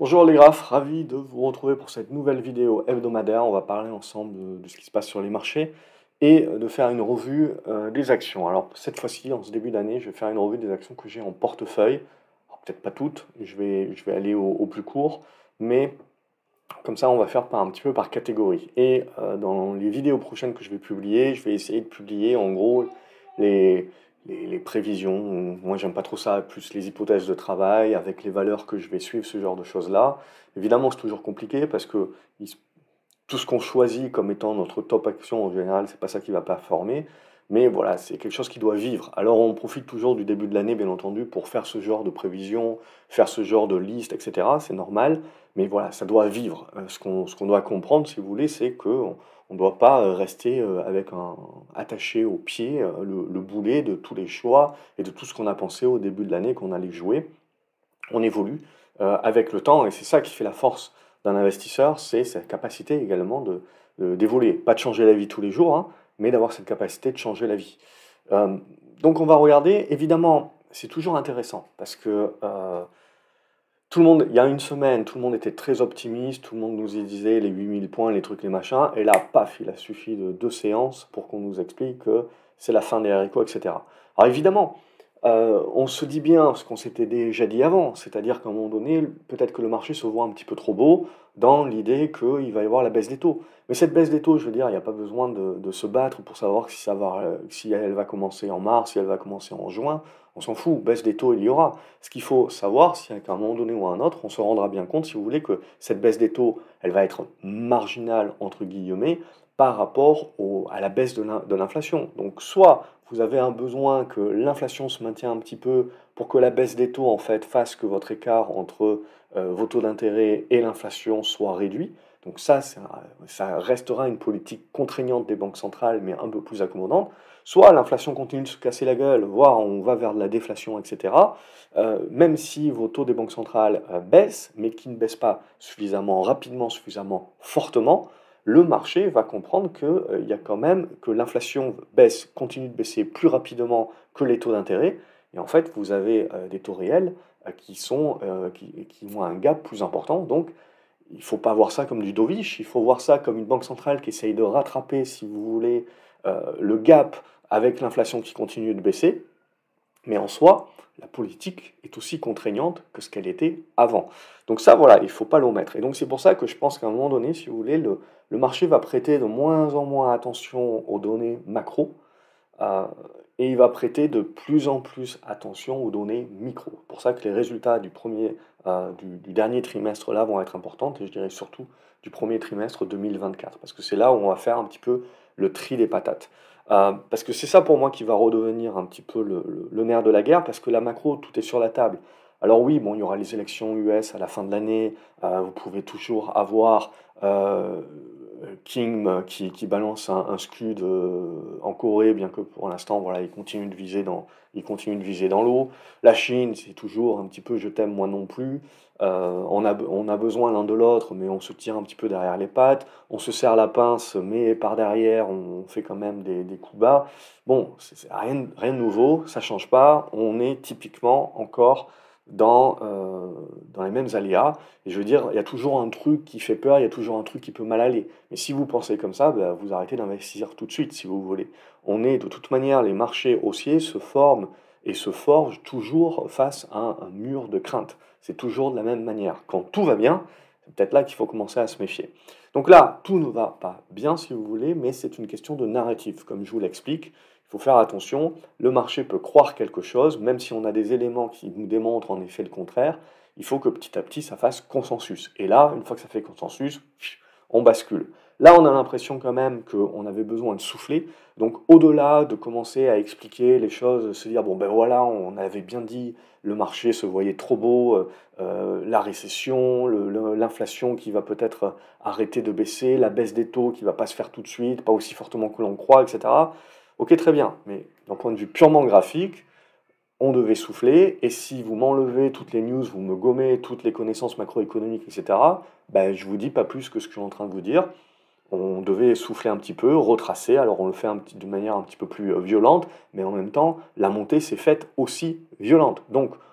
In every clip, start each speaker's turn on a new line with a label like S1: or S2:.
S1: Bonjour les graphes, ravi de vous retrouver pour cette nouvelle vidéo hebdomadaire. On va parler ensemble de ce qui se passe sur les marchés et de faire une revue des actions. Alors cette fois-ci, en ce début d'année, je vais faire une revue des actions que j'ai en portefeuille. Alors, peut-être pas toutes, je vais aller au plus court, mais comme ça on va faire un petit peu par catégorie. Et dans les vidéos prochaines que je vais publier, je vais essayer de publier en gros les, les prévisions. Moi j'aime pas trop ça, plus les hypothèses de travail avec les valeurs que je vais suivre, ce genre de choses-là. Évidemment c'est toujours compliqué parce que tout ce qu'on choisit comme étant notre top action, en général, c'est pas ça qui va performer. Mais voilà, c'est quelque chose qui doit vivre. Alors on profite toujours du début de l'année, bien entendu, pour faire ce genre de prévision, faire ce genre de liste, etc. C'est normal, mais voilà, ça doit vivre. Ce qu'on doit comprendre, si vous voulez, c'est qu'on ne doit pas rester attaché au pied, le boulet de tous les choix et de tout ce qu'on a pensé au début de l'année qu'on allait jouer. On évolue avec le temps et c'est ça qui fait la force d'un investisseur, c'est sa capacité également d'évoluer. Pas de changer la vie tous les jours, hein, mais d'avoir cette capacité de changer la vie. Euh, donc on va regarder, évidemment, c'est toujours intéressant parce que tout le monde, il y a une semaine, tout le monde était très optimiste, tout le monde nous disait les 8000 points, les trucs, les machins, et là, paf, il a suffi de 2 séances pour qu'on nous explique que c'est la fin des haricots, etc. Alors évidemment, on se dit bien ce qu'on s'était déjà dit avant, c'est-à-dire qu'à un moment donné, peut-être que le marché se voit un petit peu trop beau dans l'idée qu'il va y avoir la baisse des taux. Mais cette baisse des taux, je veux dire, il n'y a pas besoin de se battre pour savoir si elle va commencer en mars, si elle va commencer en juin. On s'en fout, baisse des taux, il y aura. Ce qu'il faut savoir, c'est qu'à un moment donné ou à un autre, on se rendra bien compte, si vous voulez, que cette baisse des taux, elle va être marginale, entre guillemets, par rapport à la baisse de l'inflation. Donc, soit vous avez un besoin que l'inflation se maintienne un petit peu pour que la baisse des taux, en fait, fasse que votre écart entre vos taux d'intérêt et l'inflation soit réduit. Donc ça restera une politique contraignante des banques centrales, mais un peu plus accommodante. Soit l'inflation continue de se casser la gueule, voire on va vers de la déflation, etc. Même si vos taux des banques centrales baissent, mais qui ne baissent pas suffisamment rapidement, suffisamment fortement, le marché va comprendre il y a quand même que l'inflation baisse, continue de baisser plus rapidement que les taux d'intérêt. Et en fait, vous avez des taux réels qui ont un gap plus important. Donc, il ne faut pas voir ça comme du dovish, il faut voir ça comme une banque centrale qui essaye de rattraper, si vous voulez, le gap avec l'inflation qui continue de baisser. Mais en soi, la politique est aussi contraignante que ce qu'elle était avant. Donc ça, voilà, il ne faut pas l'omettre. Et donc c'est pour ça que je pense qu'à un moment donné, si vous voulez, le marché va prêter de moins en moins attention aux données macro, euh, et il va prêter de plus en plus attention aux données micro. C'est pour ça que les résultats du dernier trimestre là vont être importants, et je dirais surtout du premier trimestre 2024, parce que c'est là où on va faire un petit peu le tri des patates. Parce que c'est ça pour moi qui va redevenir un petit peu le nerf de la guerre, parce que la macro, tout est sur la table. Alors oui, bon, il y aura les élections US à la fin de l'année, vous pouvez toujours avoir Kim qui balance un scud en Corée, bien que pour l'instant, voilà, il continue de viser dans l'eau. La Chine, c'est toujours un petit peu je t'aime, moi non plus. On a besoin l'un de l'autre, mais on se tire un petit peu derrière les pattes. On se serre la pince, mais par derrière, on fait quand même des coups bas. Bon, c'est rien de nouveau, ça change pas. On est typiquement encore dans les mêmes aléas. Et je veux dire, il y a toujours un truc qui fait peur, il y a toujours un truc qui peut mal aller. Mais si vous pensez comme ça, bah, vous arrêtez d'investir tout de suite, si vous voulez. On est de toute manière, les marchés haussiers se forment et se forgent toujours face à un mur de crainte. C'est toujours de la même manière. Quand tout va bien, c'est peut-être là qu'il faut commencer à se méfier. Donc là, tout ne va pas bien, si vous voulez, mais c'est une question de narratif, comme je vous l'explique. Il faut faire attention, le marché peut croire quelque chose, même si on a des éléments qui nous démontrent en effet le contraire, il faut que petit à petit ça fasse consensus. Et là, une fois que ça fait consensus, on bascule. Là, on a l'impression quand même qu'on avait besoin de souffler. Donc, au-delà de commencer à expliquer les choses, se dire, bon ben voilà, on avait bien dit, le marché se voyait trop beau, la récession, l'inflation qui va peut-être arrêter de baisser, la baisse des taux qui va pas se faire tout de suite, pas aussi fortement que l'on croit, etc. Ok, très bien, mais d'un point de vue purement graphique, on devait souffler, et si vous m'enlevez toutes les news, vous me gommez toutes les connaissances macroéconomiques, etc., ben, je vous dis pas plus que ce que je suis en train de vous dire. On devait souffler un petit peu, retracer, alors on le fait d'une manière un petit peu plus violente, mais en même temps, la montée s'est faite aussi violente. Donc,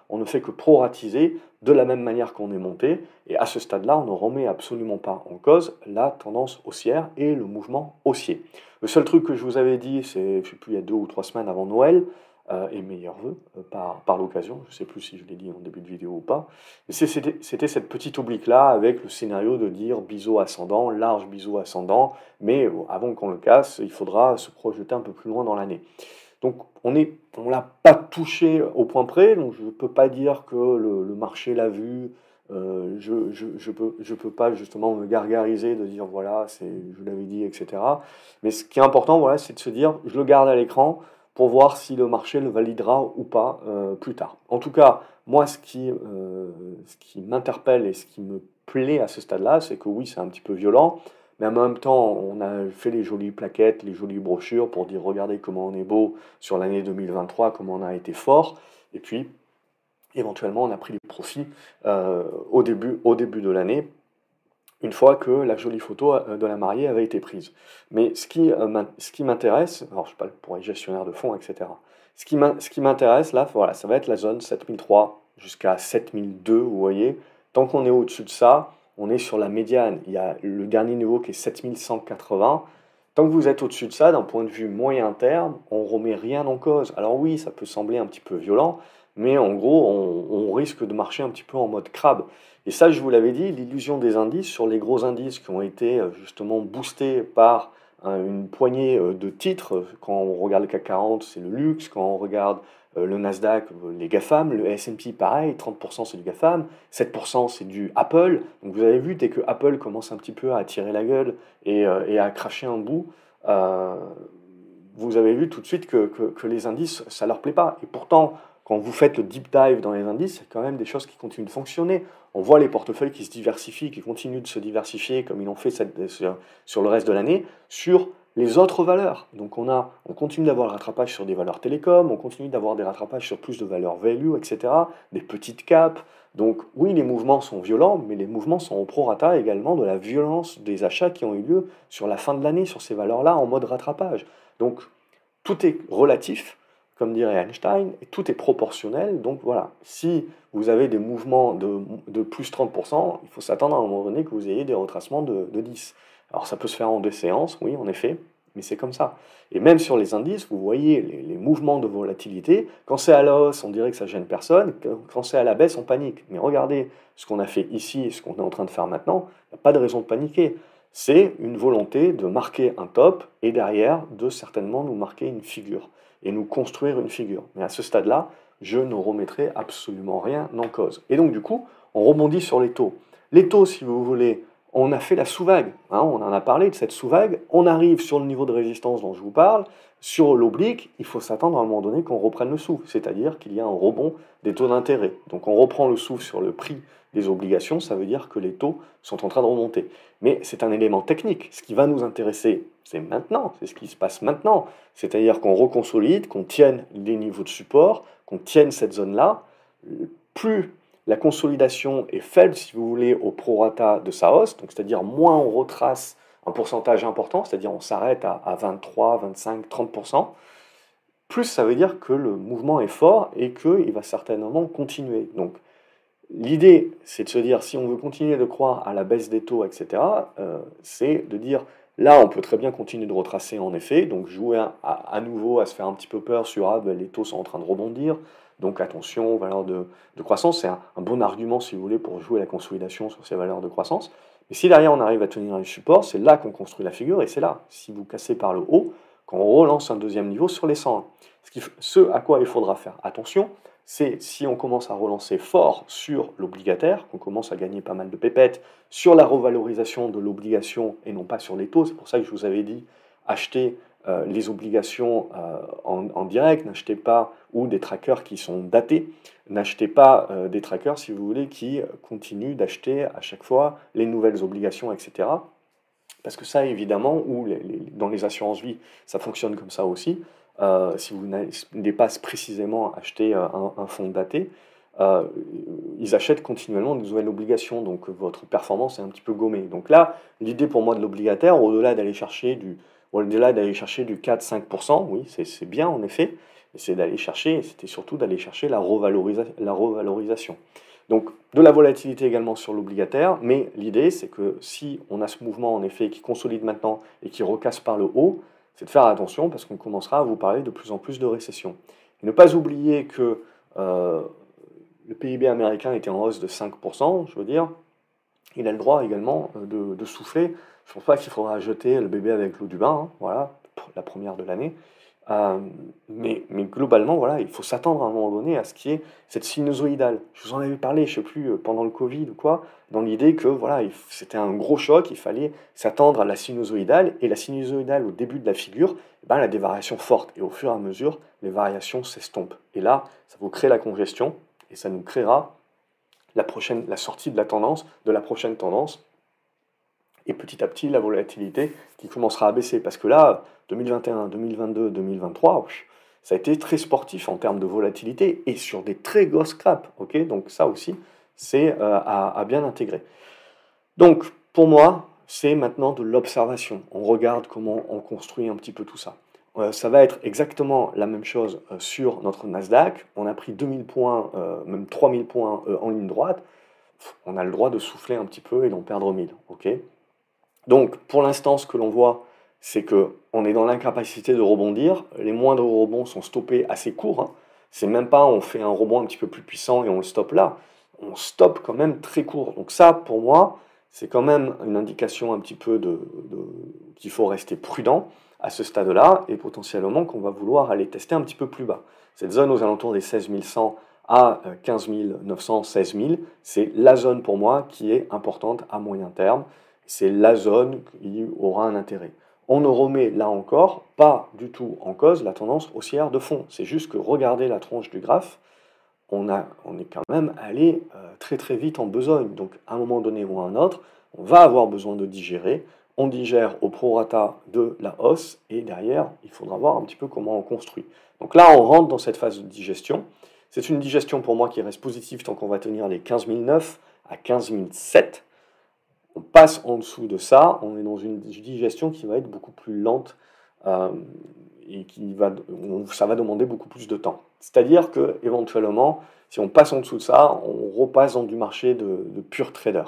S1: on ne fait que proratiser de la même manière qu'on est monté, et à ce stade-là, on ne remet absolument pas en cause la tendance haussière et le mouvement haussier. Le seul truc que je vous avais dit, c'est, je ne sais plus, il y a 2 ou 3 semaines avant Noël, et meilleurs vœux par l'occasion, je ne sais plus si je l'ai dit en début de vidéo ou pas, mais c'était cette petite oblique-là avec le scénario de dire biseau ascendant, large biseau ascendant, mais avant qu'on le casse, il faudra se projeter un peu plus loin dans l'année. Donc on l'a pas touché au point près, donc je ne peux pas dire que le marché l'a vu. Je peux pas justement me gargariser de dire voilà, je l'avais dit, etc. Mais ce qui est important, voilà, c'est de se dire je le garde à l'écran pour voir si le marché le validera ou pas plus tard. En tout cas, moi, ce qui m'interpelle et ce qui me plaît à ce stade-là, c'est que oui, c'est un petit peu violent, mais en même temps, on a fait les jolies plaquettes, les jolies brochures pour dire regardez comment on est beau sur l'année 2023, comment on a été fort. Et puis, éventuellement, on a pris les profits au début de l'année, une fois que la jolie photo de la mariée avait été prise. Mais ce qui m'intéresse, alors je parle pour les gestionnaires de fonds, etc. Ce qui m'intéresse là, voilà, ça va être la zone 7003 jusqu'à 7002, vous voyez. Tant qu'on est au-dessus de ça, on est sur la médiane. Il y a le dernier niveau qui est 7180. Tant que vous êtes au-dessus de ça, d'un point de vue moyen terme, on ne remet rien en cause. Alors oui, ça peut sembler un petit peu violent, mais en gros, on risque de marcher un petit peu en mode crabe. Et ça, je vous l'avais dit, l'illusion des indices sur les gros indices qui ont été justement boostés par une poignée de titres. Quand on regarde le CAC 40, c'est le luxe. Quand on regarde le Nasdaq, les GAFAM. Le S&P, pareil, 30% c'est du GAFAM, 7% c'est du Apple. Donc vous avez vu, dès que Apple commence un petit peu à tirer la gueule et à cracher un bout, euh, vous avez vu tout de suite que les indices, ça leur plaît pas. Et pourtant, quand vous faites le deep dive dans les indices, il y a quand même des choses qui continuent de fonctionner. On voit les portefeuilles qui se diversifient, qui continuent de se diversifier comme ils l'ont fait sur le reste de l'année, sur les autres valeurs. Donc on continue d'avoir le rattrapage sur des valeurs télécom, on continue d'avoir des rattrapages sur plus de valeurs value, etc., des petites caps. Donc oui, les mouvements sont violents, mais les mouvements sont au prorata également de la violence des achats qui ont eu lieu sur la fin de l'année, sur ces valeurs-là, en mode rattrapage. Donc tout est relatif, comme dirait Einstein, et tout est proportionnel. Donc voilà, si vous avez des mouvements de plus 30%, il faut s'attendre à un moment donné que vous ayez des retracements de 10. Alors ça peut se faire en 2 séances, oui, en effet, mais c'est comme ça. Et même sur les indices, vous voyez les mouvements de volatilité. Quand c'est à la hausse, on dirait que ça gêne personne. Quand c'est à la baisse, on panique. Mais regardez ce qu'on a fait ici et ce qu'on est en train de faire maintenant, il n'y a pas de raison de paniquer. C'est une volonté de marquer un top et derrière de certainement nous marquer une figure et nous construire une figure. Mais à ce stade-là, je ne remettrai absolument rien en cause. Et donc du coup, on rebondit sur les taux. Les taux, si vous voulez, on a fait la sous-vague, hein, on en a parlé de cette sous-vague, on arrive sur le niveau de résistance dont je vous parle, sur l'oblique, il faut s'attendre à un moment donné qu'on reprenne le souffle, c'est-à-dire qu'il y a un rebond des taux d'intérêt. Donc on reprend le souffle sur le prix des obligations, ça veut dire que les taux sont en train de remonter. Mais c'est un élément technique. Ce qui va nous intéresser, c'est maintenant, c'est ce qui se passe maintenant. C'est-à-dire qu'on reconsolide, qu'on tienne les niveaux de support, qu'on tienne cette zone-là. Plus la consolidation est faible, si vous voulez, au prorata de sa hausse, donc c'est-à-dire moins on retrace un pourcentage important, c'est-à-dire on s'arrête à 23, 25, 30%, plus ça veut dire que le mouvement est fort et qu'il va certainement continuer. Donc l'idée, c'est de se dire, si on veut continuer de croire à la baisse des taux, etc., c'est de dire, là, on peut très bien continuer de retracer en effet, donc jouer à nouveau à se faire un petit peu peur sur, ah, ben, les taux sont en train de rebondir, donc attention aux valeurs de croissance, c'est un bon argument, si vous voulez, pour jouer la consolidation sur ces valeurs de croissance. Mais si derrière on arrive à tenir un support, c'est là qu'on construit la figure, et c'est là, si vous cassez par le haut, qu'on relance un deuxième niveau sur les 101. Ce à quoi il faudra faire attention, c'est si on commence à relancer fort sur l'obligataire, qu'on commence à gagner pas mal de pépettes sur la revalorisation de l'obligation et non pas sur les taux. C'est pour ça que je vous avais dit acheter les obligations en direct, n'achetez pas, ou des trackers qui sont datés, n'achetez pas des trackers, si vous voulez, qui continuent d'acheter à chaque fois les nouvelles obligations, etc. Parce que ça, évidemment, ou dans les assurances vie, ça fonctionne comme ça aussi. Si vous n'avez pas précisément acheté un fonds daté, euh, ils achètent continuellement de nouvelles obligations, donc votre performance est un petit peu gommée. Donc là, l'idée pour moi de l'obligataire, au-delà d'aller chercher du 4-5%, oui, c'est bien en effet, essayer d'aller chercher, c'était surtout d'aller chercher la revalorisation. Donc de la volatilité également sur l'obligataire, mais l'idée c'est que si on a ce mouvement en effet qui consolide maintenant et qui recasse par le haut, c'est de faire attention parce qu'on commencera à vous parler de plus en plus de récession. Et ne pas oublier que le PIB américain était en hausse de 5%, je veux dire, il a le droit également de souffler. Je ne pense pas qu'il faudra jeter le bébé avec l'eau du bain, hein, voilà, pour la première de l'année. Mais globalement, voilà, il faut s'attendre à un moment donné à ce qui est cette sinusoïdale. Je vous en avais parlé, je ne sais plus, pendant le Covid ou quoi, dans l'idée que voilà, c'était un gros choc, il fallait s'attendre à la sinusoïdale, et la sinusoïdale au début de la figure, eh ben, elle a des variations fortes, et au fur et à mesure, les variations s'estompent. Et là, ça vous crée la congestion, et ça nous créera la sortie de la tendance, de la prochaine tendance, et petit à petit la volatilité qui commencera à baisser. Parce que là, 2021, 2022, 2023, ça a été très sportif en termes de volatilité et sur des très grosses crapes. Okay, donc ça aussi, c'est à bien intégrer. Donc pour moi, c'est maintenant de l'observation. On regarde comment on construit un petit peu tout ça. Ça va être exactement la même chose sur notre Nasdaq. On a pris 2000 points, même 3000 points en ligne droite. On a le droit de souffler un petit peu et d'en perdre 1000. Okay, donc, pour l'instant, ce que l'on voit, c'est qu'on est dans l'incapacité de rebondir. Les moindres rebonds sont stoppés assez courts. Hein. C'est même pas on fait un rebond un petit peu plus puissant et on le stoppe là. On stoppe quand même très court. Donc ça, pour moi, c'est quand même une indication un petit peu qu'il faut rester prudent à ce stade-là et potentiellement qu'on va vouloir aller tester un petit peu plus bas. Cette zone aux alentours des 16 100 à 15 900, 16 000, c'est la zone pour moi qui est importante à moyen terme. C'est la zone qui aura un intérêt. On ne remet là encore pas du tout en cause la tendance haussière de fond. C'est juste que regardez la tranche du graphe, on est quand même allé très très vite en besogne. Donc à un moment donné ou à un autre, on va avoir besoin de digérer. On digère au prorata de la hausse et derrière, il faudra voir un petit peu comment on construit. Donc là, on rentre dans cette phase de digestion. C'est une digestion pour moi qui reste positive tant qu'on va tenir les 15 009 à 15 007. On passe en dessous de ça, on est dans une digestion qui va être beaucoup plus lente et ça va demander beaucoup plus de temps. C'est-à-dire que éventuellement, si on passe en dessous de ça, on repasse dans du marché de pur trader.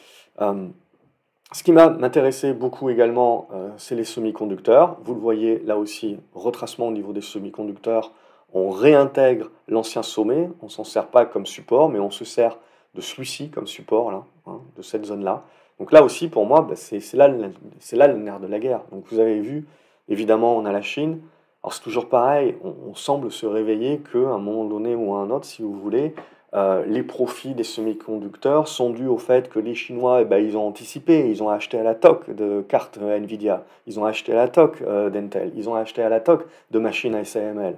S1: Ce qui m'intéressait beaucoup également, c'est les semi-conducteurs. Vous le voyez là aussi, retracement au niveau des semi-conducteurs. On réintègre l'ancien sommet, on ne s'en sert pas comme support, mais on se sert de celui-ci comme support, là, hein, de cette zone-là. Donc là aussi, pour moi, c'est là le nerf de la guerre. Donc vous avez vu, évidemment, on a la Chine. Alors c'est toujours pareil, on semble se réveiller qu'à un moment donné ou à un autre, si vous voulez, les profits des semi-conducteurs sont dus au fait que les Chinois, ils ont anticipé, ils ont acheté à la toque de cartes Nvidia, ils ont acheté à la toque d'Intel, ils ont acheté à la toque de machines ASML,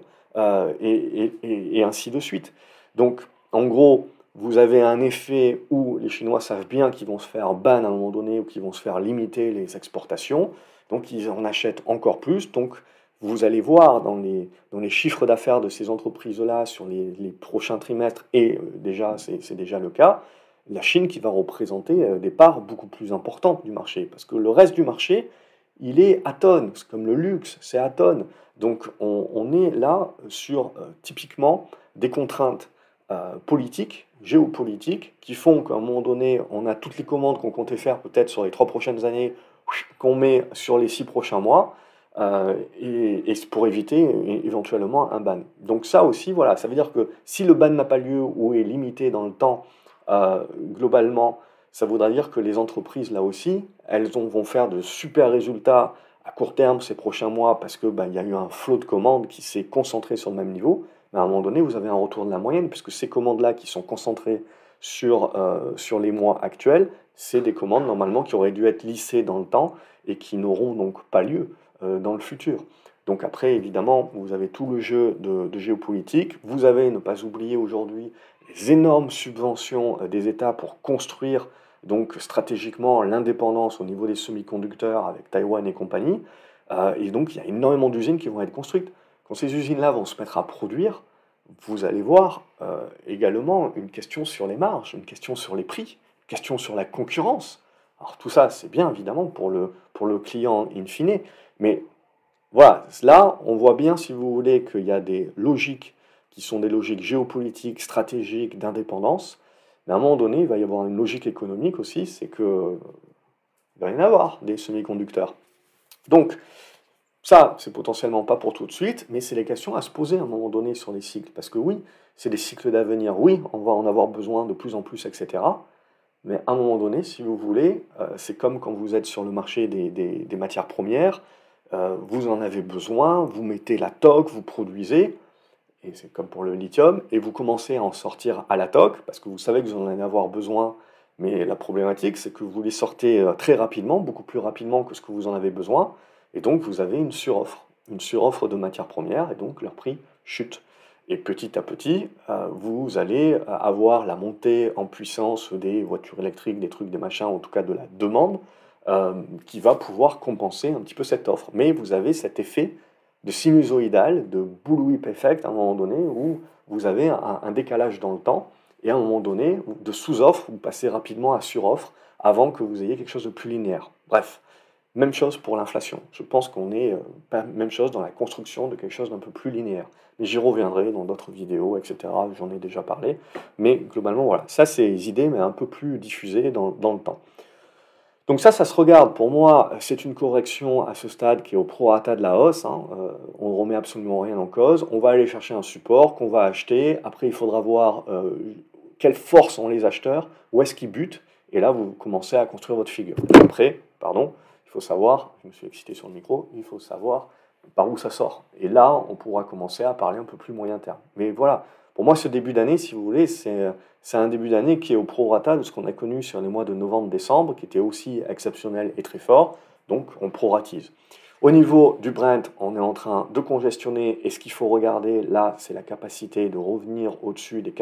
S1: et ainsi de suite. Donc, en gros, vous avez un effet où les Chinois savent bien qu'ils vont se faire ban à un moment donné ou qu'ils vont se faire limiter les exportations, donc ils en achètent encore plus. Donc vous allez voir dans les chiffres d'affaires de ces entreprises-là sur les prochains trimestres, et déjà c'est déjà le cas, la Chine qui va représenter des parts beaucoup plus importantes du marché, parce que le reste du marché, il est atone, c'est comme le luxe, c'est atone. Donc on est là sur typiquement des contraintes politiques, géopolitiques, qui font qu'à un moment donné, on a toutes les commandes qu'on comptait faire peut-être sur les 3 prochaines années, qu'on met sur les 6 prochains mois, et pour éviter éventuellement un ban. Donc ça aussi, voilà, ça veut dire que si le ban n'a pas lieu ou est limité dans le temps, globalement, ça voudra dire que les entreprises, là aussi, vont faire de super résultats à court terme ces prochains mois parce que il y a eu un flot de commandes qui s'est concentré sur le même niveau. Mais à un moment donné, vous avez un retour de la moyenne, puisque ces commandes-là qui sont concentrées sur les mois actuels, c'est des commandes normalement qui auraient dû être lissées dans le temps et qui n'auront donc pas lieu dans le futur. Donc après, évidemment, vous avez tout le jeu de géopolitique. Vous avez, ne pas oublier aujourd'hui, les énormes subventions des États pour construire donc stratégiquement l'indépendance au niveau des semi-conducteurs avec Taïwan et compagnie. Et donc il y a énormément d'usines qui vont être construites. Quand ces usines-là vont se mettre à produire, vous allez voir également une question sur les marges, une question sur les prix, une question sur la concurrence. Alors tout ça, c'est bien évidemment pour le client in fine, mais Voilà, là, on voit bien, si vous voulez, qu'il y a des logiques qui sont des logiques géopolitiques, stratégiques, d'indépendance. Mais à un moment donné, il va y avoir une logique économique aussi, c'est que il va y en avoir des semi-conducteurs. Donc, ça, c'est potentiellement pas pour tout de suite, mais c'est les questions à se poser à un moment donné sur les cycles. Parce que oui, c'est des cycles d'avenir, oui, on va en avoir besoin de plus en plus, etc. Mais à un moment donné, si vous voulez, c'est comme quand vous êtes sur le marché des matières premières, vous en avez besoin, vous mettez la toque, vous produisez, et c'est comme pour le lithium, et vous commencez à en sortir à la toque, parce que vous savez que vous en allez avoir besoin, mais la problématique, c'est que vous les sortez très rapidement, beaucoup plus rapidement que ce que vous en avez besoin, et donc vous avez une suroffre de matières premières, et donc leur prix chute. Et petit à petit, vous allez avoir la montée en puissance des voitures électriques, des trucs, des machins, en tout cas de la demande, euh, qui va pouvoir compenser un petit peu cette offre. Mais vous avez cet effet de sinusoïdal, de bullwhip effect à un moment donné, où vous avez un décalage dans le temps, et à un moment donné, de sous-offre, vous passez rapidement à sur-offre, avant que vous ayez quelque chose de plus linéaire. Bref, même chose pour l'inflation. Je pense qu'on est même chose dans la construction de quelque chose d'un peu plus linéaire. Mais j'y reviendrai dans d'autres vidéos, etc. J'en ai déjà parlé. Mais globalement, voilà. Ça, c'est les idées, mais un peu plus diffusées dans le temps. Donc ça se regarde. Pour moi, c'est une correction à ce stade qui est au prorata de la hausse, hein. On ne remet absolument rien en cause. On va aller chercher un support qu'on va acheter. Après, il faudra voir quelle force ont les acheteurs, où est-ce qu'ils butent. Et là, vous commencez à construire votre figure. Après, pardon, il faut savoir, je me suis excité sur le micro, il faut savoir par où ça sort. Et là, on pourra commencer à parler un peu plus moyen terme. Mais voilà, pour moi, ce début d'année, si vous voulez, c'est un début d'année qui est au prorata de ce qu'on a connu sur les mois de novembre-décembre, qui était aussi exceptionnel et très fort, donc on proratise. Au niveau du Brent, on est en train de congestionner, et ce qu'il faut regarder là, c'est la capacité de revenir au-dessus des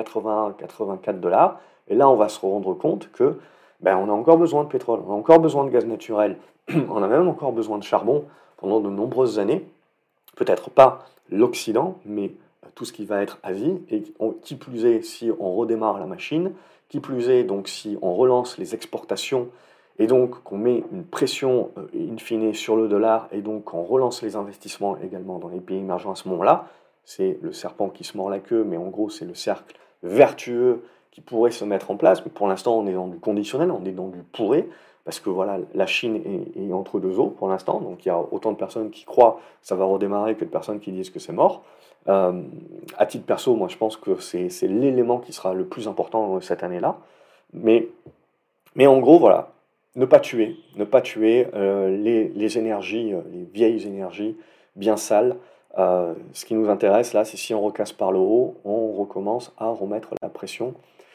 S1: 80-84 dollars, et là on va se rendre compte que on a encore besoin de pétrole, on a encore besoin de gaz naturel, on a même encore besoin de charbon pendant de nombreuses années, peut-être pas l'Occident, mais tout ce qui va être Asie, et qui plus est si on redémarre la machine, qui plus est donc si on relance les exportations, et donc qu'on met une pression in fine sur le dollar, et donc qu'on relance les investissements également dans les pays émergents à ce moment-là, c'est le serpent qui se mord la queue, mais en gros c'est le cercle vertueux qui pourrait se mettre en place, mais pour l'instant on est dans du conditionnel, on est dans du pourrait, parce que voilà, la Chine est entre deux eaux pour l'instant, donc il y a autant de personnes qui croient que ça va redémarrer que de personnes qui disent que c'est mort. Euh, à titre perso, moi je pense que c'est l'élément qui sera le plus important cette année-là. Mais, mais en gros, voilà, ne pas tuer les énergies, les vieilles énergies bien sales. Ce qui nous intéresse là, c'est si on recasse par le haut, on recommence à remettre la pression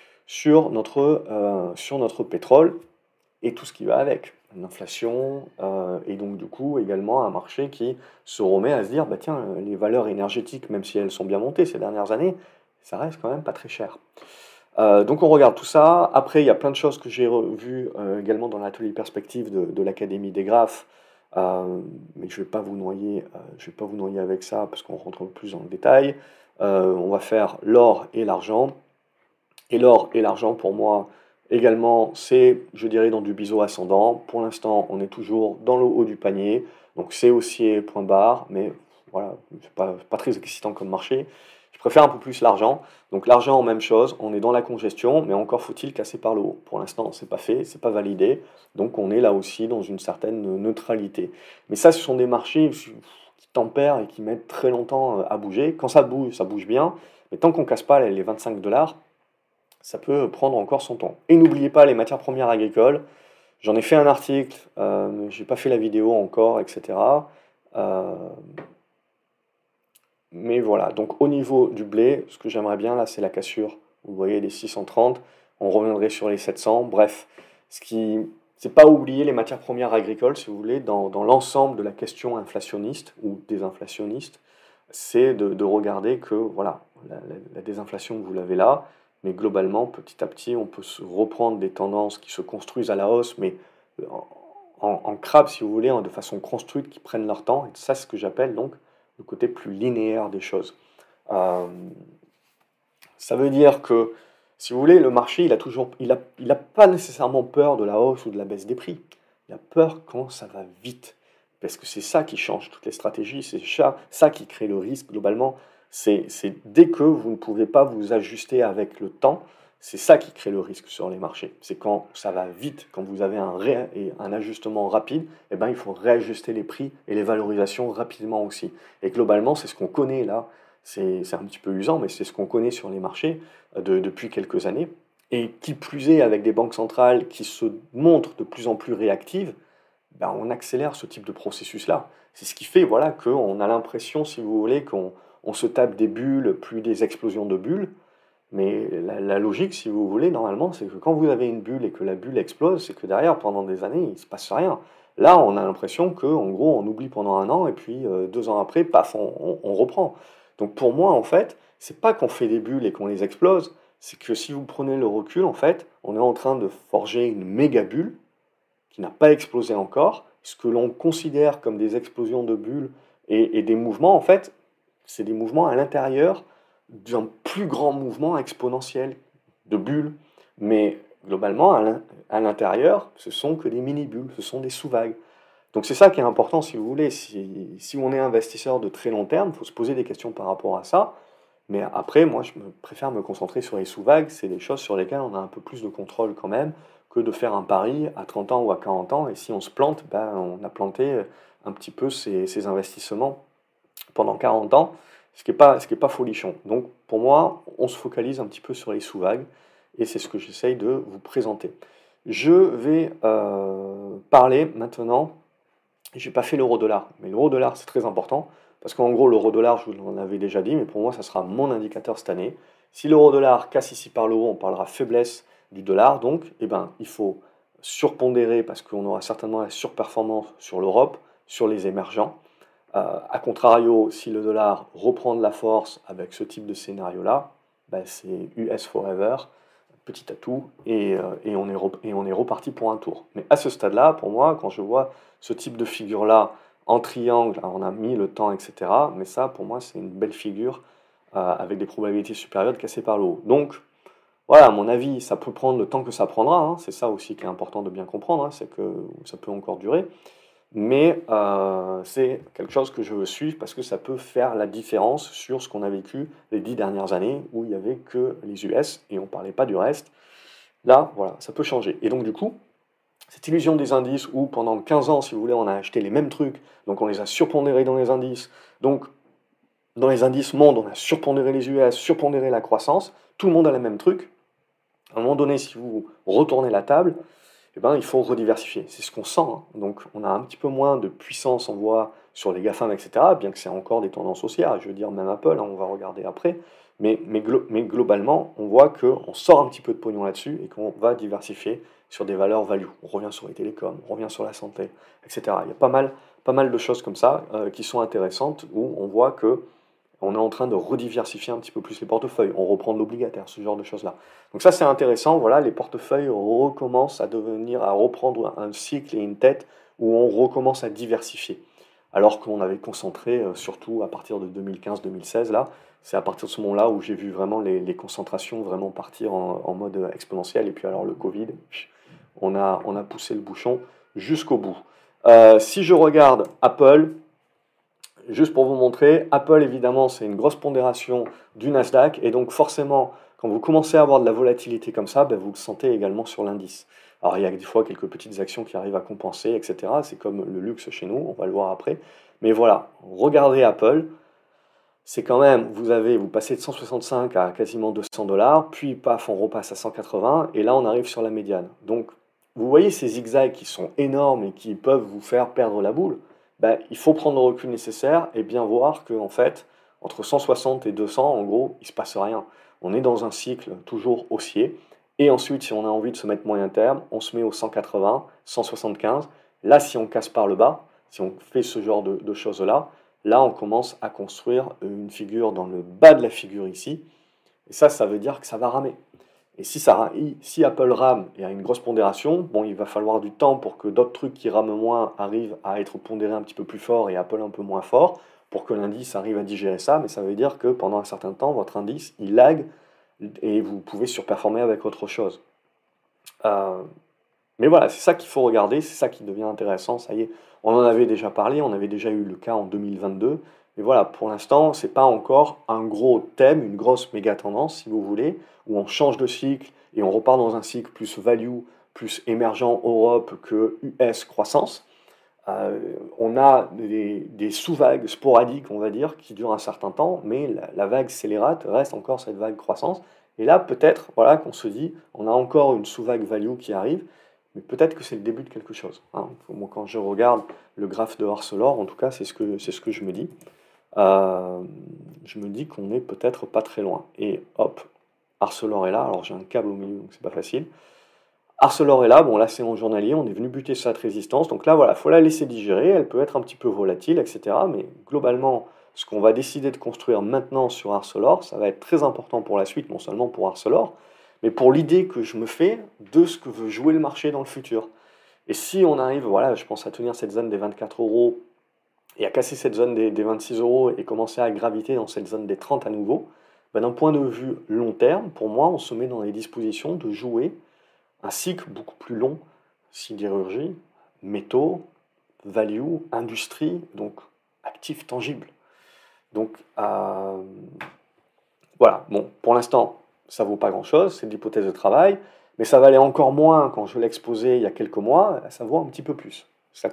S1: sur notre pétrole et tout ce qui va avec. L'inflation, et donc du coup également un marché qui se remet à se dire, bah tiens, les valeurs énergétiques, même si elles sont bien montées ces dernières années, ça reste quand même pas très cher. Donc on regarde tout ça. Après, il y a plein de choses que j'ai vues également dans l'atelier perspective de l'Académie des graphes. Mais je vais pas vous noyer avec ça parce qu'on rentre plus dans le détail. On va faire l'or et l'argent. Et l'or et l'argent, pour moi, également, c'est, je dirais, dans du biseau ascendant. Pour l'instant, on est toujours dans le haut du panier. Donc c'est haussier, point barre, mais voilà, c'est pas très excitant comme marché. Je préfère un peu plus l'argent. Donc l'argent, même chose, on est dans la congestion, mais encore faut-il casser par le haut. Pour l'instant, c'est pas fait, c'est pas validé. Donc on est là aussi dans une certaine neutralité. Mais ça, ce sont des marchés qui tempèrent et qui mettent très longtemps à bouger. Quand ça bouge bien. Mais tant qu'on casse pas les 25 dollars, ça peut prendre encore son temps. Et n'oubliez pas les matières premières agricoles. J'en ai fait un article, mais j'ai pas fait la vidéo encore, etc. Euh, mais voilà, donc au niveau du blé, ce que j'aimerais bien là, c'est la cassure. Vous voyez les 630, on reviendrait sur les 700. Bref, ce qui, c'est pas oublier les matières premières agricoles, si vous voulez, dans l'ensemble de la question inflationniste ou désinflationniste, c'est de regarder que voilà, la désinflation, vous l'avez là, mais globalement, petit à petit, on peut se reprendre des tendances qui se construisent à la hausse, mais en crabe, si vous voulez, hein, de façon construite, qui prennent leur temps. Et ça, c'est ce que j'appelle donc le côté plus linéaire des choses. Euh, Ça veut dire que, si vous voulez, le marché, il a pas nécessairement peur de la hausse ou de la baisse des prix. Il a peur quand ça va vite. parce que c'est ça qui change toutes les stratégies, c'est ça qui crée le risque globalement. C'est dès que vous ne pouvez pas vous ajuster avec le temps, c'est ça qui crée le risque sur les marchés. C'est quand ça va vite, quand vous avez un ajustement rapide, eh ben, il faut réajuster les prix et les valorisations rapidement aussi. Et globalement, c'est ce qu'on connaît là. C'est un petit peu usant, mais c'est ce qu'on connaît sur les marchés depuis quelques années. Et qui plus est, avec des banques centrales qui se montrent de plus en plus réactives, ben, on accélère ce type de processus-là. C'est ce qui fait voilà, qu'on a l'impression, si vous voulez, qu'on se tape des bulles, plus des explosions de bulles. Mais la logique, si vous voulez, normalement, c'est que quand vous avez une bulle et que la bulle explose, c'est que derrière, pendant des années, il ne se passe rien. Là, on a l'impression qu'en gros, on oublie pendant un an et puis 2 ans après, paf, on reprend. Donc pour moi, en fait, c'est pas qu'on fait des bulles et qu'on les explose, c'est que si vous prenez le recul, en fait, on est en train de forger une méga bulle qui n'a pas explosé encore. Ce que l'on considère comme des explosions de bulles et des mouvements, en fait, c'est des mouvements à l'intérieur d'un plus grand mouvement exponentiel de bulles. Mais globalement, à l'intérieur, ce sont que des mini-bulles, ce sont des sous-vagues. Donc c'est ça qui est important, si vous voulez. Si on est investisseur de très long terme, il faut se poser des questions par rapport à ça. Mais après, moi, préfère me concentrer sur les sous-vagues. C'est des choses sur lesquelles on a un peu plus de contrôle quand même que de faire un pari à 30 ans ou à 40 ans. Et si on se plante, ben, on a planté un petit peu ses investissements pendant 40 ans, ce qui est pas folichon. Donc pour moi, on se focalise un petit peu sur les sous-vagues. Et c'est ce que j'essaye de vous présenter. Je vais parler maintenant. J'ai pas fait l'euro-dollar, mais l'euro-dollar c'est très important parce qu'en gros l'euro-dollar, je vous en avais déjà dit, mais pour moi ça sera mon indicateur cette année. Si l'euro-dollar casse ici par le haut, on parlera faiblesse du dollar, donc eh ben, il faut surpondérer parce qu'on aura certainement la surperformance sur l'Europe, sur les émergents. A contrario, si le dollar reprend de la force avec ce type de scénario-là, ben, c'est US Forever, petit atout, et on est reparti pour un tour. Mais à ce stade-là, pour moi, quand je vois ce type de figure-là en triangle, alors on a mis le temps, etc., mais ça, pour moi, c'est une belle figure avec des probabilités supérieures de casser par le haut. Donc, voilà, à mon avis, ça peut prendre le temps que ça prendra, hein, c'est ça aussi qui est important de bien comprendre, hein, c'est que ça peut encore durer, mais c'est quelque chose que je veux suivre parce que ça peut faire la différence sur ce qu'on a vécu les 10 dernières années où il n'y avait que les US et on ne parlait pas du reste. Là, voilà, ça peut changer. Et donc du coup, cette illusion des indices où pendant 15 ans, si vous voulez, on a acheté les mêmes trucs, donc on les a surpondérés dans les indices, donc dans les indices monde, on a surpondéré les US, surpondéré la croissance, tout le monde a les mêmes trucs. À un moment donné, si vous retournez la table, eh ben, il faut rediversifier. C'est ce qu'on sent, hein. Donc on a un petit peu moins de puissance, on voit, sur les GAFAM, etc., bien que c'est encore des tendances haussières, je veux dire même Apple, hein, on va regarder après, mais globalement, on voit qu'on sort un petit peu de pognon là-dessus et qu'on va diversifier sur des valeurs value. On revient sur les télécoms, on revient sur la santé, etc. Il y a pas mal de choses comme ça qui sont intéressantes où on voit que on est en train de rediversifier un petit peu plus les portefeuilles. On reprend de l'obligataire, ce genre de choses-là. Donc ça, c'est intéressant. Voilà, les portefeuilles recommencent à reprendre un cycle et une tête où on recommence à diversifier. Alors qu'on avait concentré, surtout à partir de 2015-2016, là, c'est à partir de ce moment-là où j'ai vu vraiment les concentrations vraiment partir en mode exponentiel. Et puis alors le Covid, on a poussé le bouchon jusqu'au bout. Si je regarde Apple, juste pour vous montrer, Apple évidemment c'est une grosse pondération du Nasdaq et donc forcément quand vous commencez à avoir de la volatilité comme ça, ben, vous le sentez également sur l'indice. Alors il y a des fois quelques petites actions qui arrivent à compenser, etc. C'est comme le luxe chez nous, on va le voir après. Mais voilà, regardez Apple, c'est quand même, vous passez de 165 à quasiment 200 dollars, puis paf, on repasse à 180 et là on arrive sur la médiane. Donc vous voyez ces zigzags qui sont énormes et qui peuvent vous faire perdre la boule. Ben, il faut prendre le recul nécessaire et bien voir que en fait, entre 160 et 200, en gros, il ne se passe rien. On est dans un cycle toujours haussier. Et ensuite, si on a envie de se mettre moyen terme, on se met au 180, 175. Là, si on casse par le bas, si on fait ce genre de choses-là, là, on commence à construire une figure dans le bas de la figure ici. Et ça veut dire que ça va ramer. Et si Apple rame et a une grosse pondération, bon, il va falloir du temps pour que d'autres trucs qui rament moins arrivent à être pondérés un petit peu plus fort et Apple un peu moins fort, pour que l'indice arrive à digérer ça. Mais ça veut dire que pendant un certain temps, votre indice, il lag et vous pouvez surperformer avec autre chose. Euh, Mais voilà, c'est ça qu'il faut regarder, c'est ça qui devient intéressant. Ça y est, on en avait déjà parlé, on avait déjà eu le cas en 2022. Mais voilà, pour l'instant, c'est pas encore un gros thème, une grosse méga tendance, si vous voulez, où on change de cycle et on repart dans un cycle plus value, plus émergent Europe que US croissance. Euh, on a des sous-vagues sporadiques, on va dire, qui durent un certain temps, mais la vague scélérate reste encore cette vague croissance. Et là, peut-être, voilà, qu'on se dit, on a encore une sous-vague value qui arrive, mais peut-être que c'est le début de quelque chose, hein. Moi, quand je regarde le graphe de Arcelor, en tout cas, c'est ce que je me dis. Euh, je me dis qu'on est peut-être pas très loin. Et hop, Arcelor est là. Alors j'ai un câble au milieu, donc c'est pas facile. Arcelor est là, bon là c'est en journalier, on est venu buter sur cette résistance, donc là voilà, il faut la laisser digérer, elle peut être un petit peu volatile, etc. Mais globalement, ce qu'on va décider de construire maintenant sur Arcelor, ça va être très important pour la suite, non seulement pour Arcelor, mais pour l'idée que je me fais de ce que veut jouer le marché dans le futur. Et si on arrive, voilà, je pense à tenir cette zone des 24 euros et à casser cette zone des 26 euros et commencer à graviter dans cette zone des 30 à nouveau, ben, d'un point de vue long terme, pour moi, on se met dans les dispositions de jouer un cycle beaucoup plus long, sidérurgie, métaux, value, industrie, donc actifs tangibles. Donc voilà, bon, pour l'instant, ça vaut pas grand-chose, c'est de l'hypothèse de travail, mais ça valait encore moins quand je l'ai exposé il y a quelques mois, ça vaut un petit peu plus.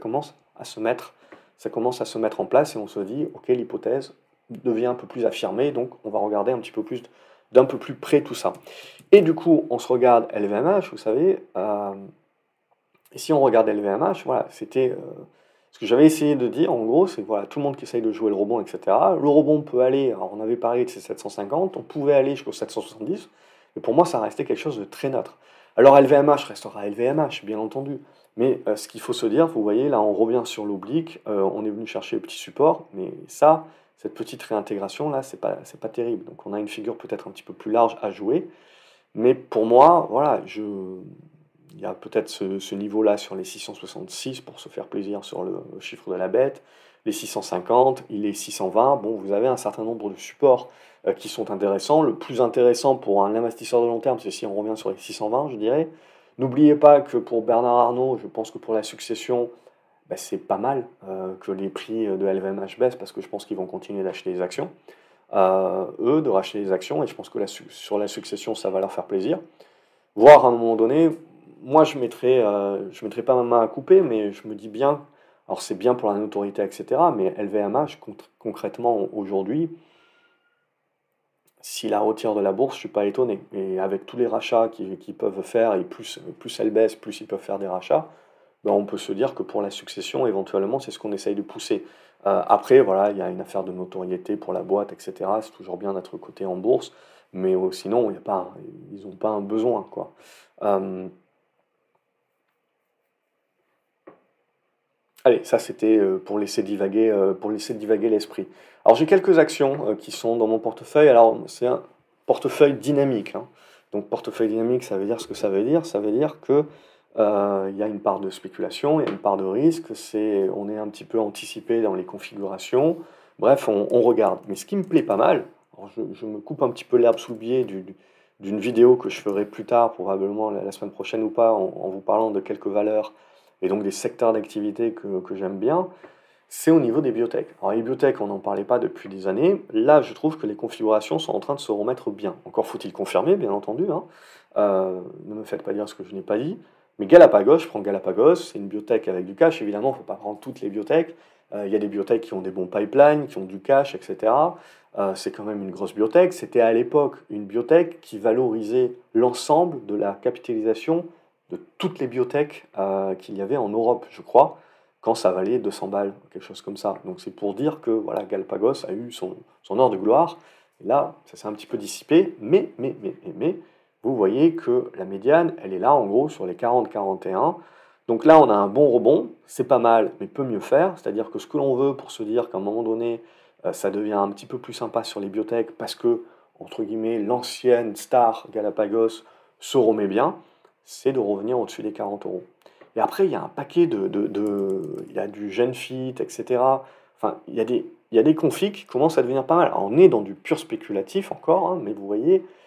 S1: Ça commence à se mettre en place et on se dit, ok, l'hypothèse devient un peu plus affirmée, donc on va regarder un petit peu plus d'un peu plus près tout ça. Et du coup, on se regarde LVMH, vous savez, et si on regarde LVMH, voilà, c'était ce que j'avais essayé de dire, en gros, c'est que voilà, tout le monde qui essaye de jouer le rebond, etc. Le rebond peut aller, alors on avait parlé de ces 750, on pouvait aller jusqu'au 770, et pour moi, ça restait quelque chose de très neutre. Alors LVMH restera LVMH, bien entendu, mais ce qu'il faut se dire, vous voyez, là, on revient sur l'oblique, on est venu chercher le petit support, mais ça, cette petite réintégration, là, c'est pas terrible. Donc on a une figure peut-être un petit peu plus large à jouer, mais pour moi, voilà, il y a peut-être ce niveau-là sur les 666 pour se faire plaisir sur le chiffre de la bête, les 650, il est 620. Bon, vous avez un certain nombre de supports qui sont intéressants. Le plus intéressant pour un investisseur de long terme, c'est si on revient sur les 620, je dirais. N'oubliez pas que pour Bernard Arnault, je pense que pour la succession, ben, c'est pas mal que les prix de LVMH baissent parce que je pense qu'ils vont continuer d'acheter des actions. Eux, de racheter des actions, et je pense que sur la succession, ça va leur faire plaisir. Voire à un moment donné, moi je mettrais pas ma main à couper, mais je me dis bien, alors c'est bien pour la notoriété, etc. Mais LVMH, concrètement aujourd'hui, si la retire de la bourse, je suis pas étonné. Et avec tous les rachats qu'ils peuvent faire, et plus elle baisse, plus ils peuvent faire des rachats, ben on peut se dire que pour la succession, éventuellement, c'est ce qu'on essaye de pousser. Après, voilà, il y a une affaire de notoriété pour la boîte, etc. C'est toujours bien d'être coté en bourse, mais sinon, il y a pas, ils n'ont pas un besoin, quoi. Euh, Allez, ça c'était pour laisser divaguer l'esprit. Alors j'ai quelques actions qui sont dans mon portefeuille. Alors c'est un portefeuille dynamique, hein. Donc portefeuille dynamique, ça veut dire ce que ça veut dire. Ça veut dire que il y a une part de spéculation, il y a une part de risque. On est un petit peu anticipé dans les configurations. Bref, on regarde. Mais ce qui me plaît pas mal, alors je me coupe un petit peu l'herbe sous le pied d'une vidéo que je ferai plus tard, probablement la semaine prochaine ou pas, en vous parlant de quelques valeurs et donc des secteurs d'activité que j'aime bien, c'est au niveau des biotech. Alors les biotech, on n'en parlait pas depuis des années. Là, je trouve que les configurations sont en train de se remettre bien. Encore faut-il confirmer, bien entendu, hein. Ne me faites pas dire ce que je n'ai pas dit. Mais Galapagos, je prends Galapagos, c'est une biotech avec du cash. Évidemment, il ne faut pas prendre toutes les biotech. Il y a des biotech qui ont des bons pipelines, qui ont du cash, etc. C'est quand même une grosse biotech. C'était à l'époque une biotech qui valorisait l'ensemble de la capitalisation de toutes les biotech qu'il y avait en Europe, je crois, quand ça valait 200 balles, quelque chose comme ça. Donc c'est pour dire que voilà, Galapagos a eu son heure de gloire. Et là, ça s'est un petit peu dissipé, mais, vous voyez que la médiane, elle est là en gros sur les 40-41. Donc là, on a un bon rebond, c'est pas mal, mais peut mieux faire. C'est-à-dire que ce que l'on veut pour se dire qu'à un moment donné, ça devient un petit peu plus sympa sur les biotech parce que, entre guillemets, l'ancienne star Galapagos se remet bien, c'est de revenir au-dessus des 40 euros. Et après, il y a un paquet il y a du Genfit, etc. Enfin, il y a des configs qui commencent à devenir pas mal. Alors, on est dans du pur spéculatif encore, hein, mais vous voyez,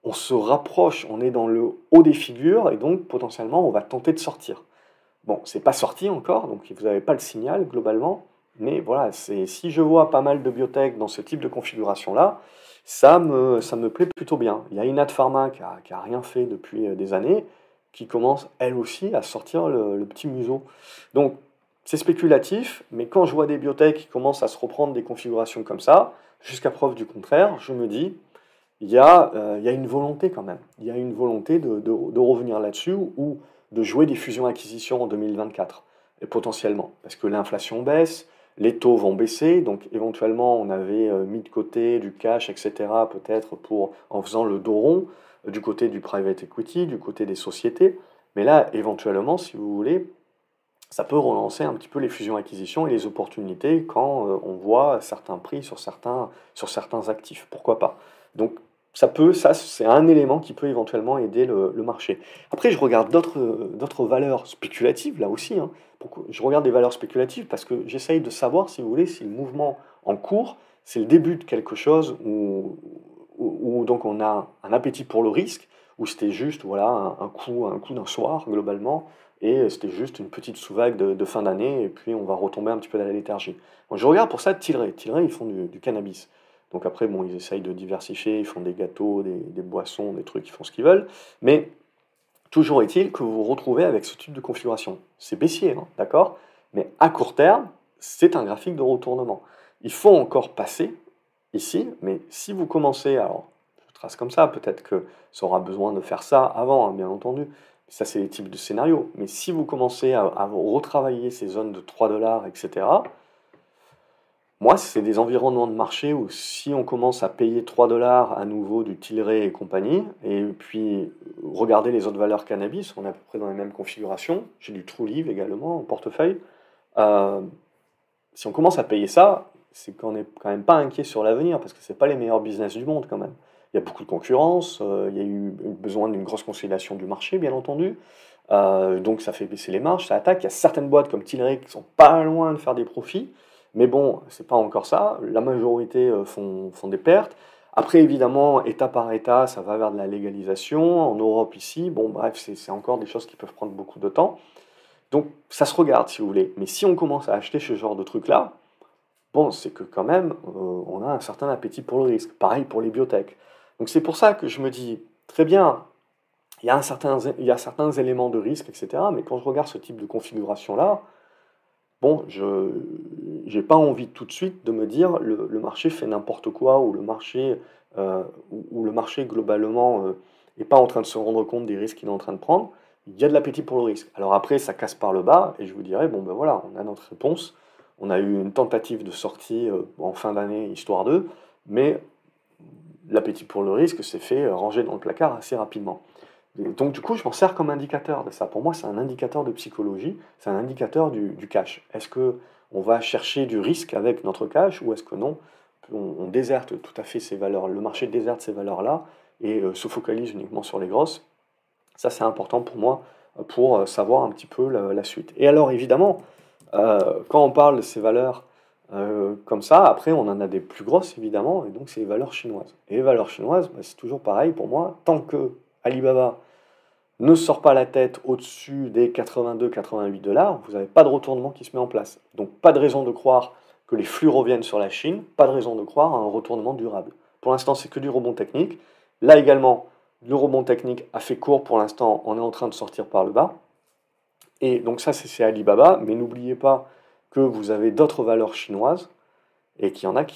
S1: on se rapproche, on est dans le haut des figures et donc potentiellement on va tenter de sortir. Bon, c'est pas sorti encore, donc vous n'avez pas le signal globalement, mais voilà, si je vois pas mal de biotech dans ce type de configuration-là, ça me plaît plutôt bien. Il y a Inat Pharma qui a rien fait depuis des années, qui commence elle aussi à sortir le petit museau. Donc c'est spéculatif, mais quand je vois des biotech qui commencent à se reprendre des configurations comme ça, jusqu'à preuve du contraire, je me dis, il y a une volonté quand même. Il y a une volonté de revenir là-dessus ou de jouer des fusions-acquisitions en 2024, et potentiellement. Parce que l'inflation baisse, les taux vont baisser, donc éventuellement on avait mis de côté du cash, etc., peut-être en faisant le dos rond, du côté du private equity, du côté des sociétés. Mais là, éventuellement, si vous voulez, ça peut relancer un petit peu les fusions-acquisitions et les opportunités quand on voit certains prix sur certains actifs. Pourquoi pas? Donc ça c'est un élément qui peut éventuellement aider le marché. Après, je regarde d'autres valeurs spéculatives, là aussi, hein. Je regarde des valeurs spéculatives parce que j'essaye de savoir, si vous voulez, si le mouvement en cours, c'est le début de quelque chose où donc on a un appétit pour le risque, ou c'était juste voilà, un coup d'un soir, globalement, et c'était juste une petite sous-vague de fin d'année, et puis on va retomber un petit peu dans la léthargie. Donc je regarde pour ça Tilray. Tilray, ils font du cannabis. Donc après, bon, ils essayent de diversifier, ils font des gâteaux, des boissons, des trucs, ils font ce qu'ils veulent. Mais toujours est-il que vous vous retrouvez avec ce type de configuration. C'est baissier, hein, d'accord? Mais à court terme, c'est un graphique de retournement. Il faut encore passer ici, mais si vous commencez, alors je trace comme ça, peut-être que ça aura besoin de faire ça avant, hein, bien entendu. Ça, c'est les types de scénarios. Mais si vous commencez à retravailler ces zones de 3 dollars, etc., moi, c'est des environnements de marché où si on commence à payer 3 dollars à nouveau du Tilray et compagnie, et puis regarder les autres valeurs cannabis, on est à peu près dans les mêmes configurations. J'ai du Trulieve également en portefeuille. Euh, Si on commence à payer ça, c'est qu'on n'est quand même pas inquiet sur l'avenir, parce que c'est pas les meilleurs business du monde quand même. Il y a beaucoup de concurrence, il y a eu besoin d'une grosse consolidation du marché, bien entendu. Donc ça fait baisser les marges, ça attaque. Il y a certaines boîtes comme Tilray qui sont pas loin de faire des profits, mais bon, c'est pas encore ça. La majorité font des pertes. Après, évidemment, État par État, ça va vers de la légalisation. En Europe, ici, bon, bref, c'est encore des choses qui peuvent prendre beaucoup de temps. Donc, ça se regarde, si vous voulez. Mais si on commence à acheter ce genre de trucs-là, bon, c'est que quand même, on a un certain appétit pour le risque. Pareil pour les biotech. Donc, c'est pour ça que je me dis, très bien, il y a certains éléments de risque, etc. Mais quand je regarde ce type de configuration-là, bon, je n'ai pas envie tout de suite de me dire le marché fait n'importe quoi ou le marché globalement n'est pas en train de se rendre compte des risques qu'il est en train de prendre. Il y a de l'appétit pour le risque. Alors après, ça casse par le bas et je vous dirais, bon ben voilà, on a notre réponse. On a eu une tentative de sortie en fin d'année, histoire d'eux, mais l'appétit pour le risque s'est fait ranger dans le placard assez rapidement. Et donc du coup, je m'en sers comme indicateur de ça. Pour moi, c'est un indicateur de psychologie, c'est un indicateur du cash. Est-ce que on va chercher du risque avec notre cash ou est-ce que non, on déserte tout à fait ces valeurs, le marché déserte ces valeurs-là et se focalise uniquement sur les grosses. Ça, c'est important pour moi pour savoir un petit peu la suite. Et alors, évidemment, quand on parle de ces valeurs comme ça, après, on en a des plus grosses, évidemment, et donc c'est les valeurs chinoises. Et les valeurs chinoises, bah, c'est toujours pareil pour moi, tant que Alibaba ne sort pas la tête au-dessus des 82-88 dollars, vous n'avez pas de retournement qui se met en place. Donc pas de raison de croire que les flux reviennent sur la Chine, pas de raison de croire à un retournement durable. Pour l'instant, c'est que du rebond technique. Là également, le rebond technique a fait court pour l'instant, on est en train de sortir par le bas. Et donc ça, c'est Alibaba, mais n'oubliez pas que vous avez d'autres valeurs chinoises et qu'il y en a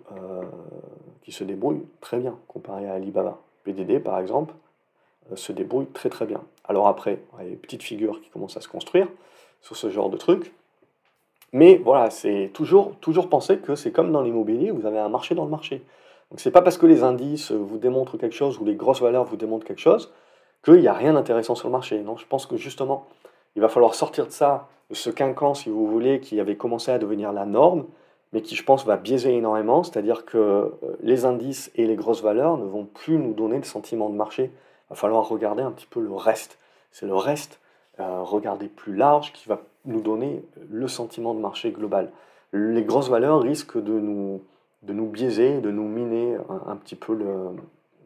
S1: qui se débrouillent très bien comparé à Alibaba. PDD, par exemple, se débrouille très très bien. Alors après, il y a des petites figures qui commencent à se construire sur ce genre de truc. Mais voilà, c'est toujours penser que c'est comme dans l'immobilier, vous avez un marché dans le marché. Donc c'est pas parce que les indices vous démontrent quelque chose ou les grosses valeurs vous démontrent quelque chose qu'il n'y a rien d'intéressant sur le marché. Non, je pense que justement, il va falloir sortir de ça, de ce quinquant, si vous voulez, qui avait commencé à devenir la norme, mais qui, je pense, va biaiser énormément. C'est-à-dire que les indices et les grosses valeurs ne vont plus nous donner de sentiment de marché. Il va falloir regarder un petit peu le reste. C'est le reste, regarder plus large, qui va nous donner le sentiment de marché global. Les grosses valeurs risquent de nous biaiser, de nous miner un petit peu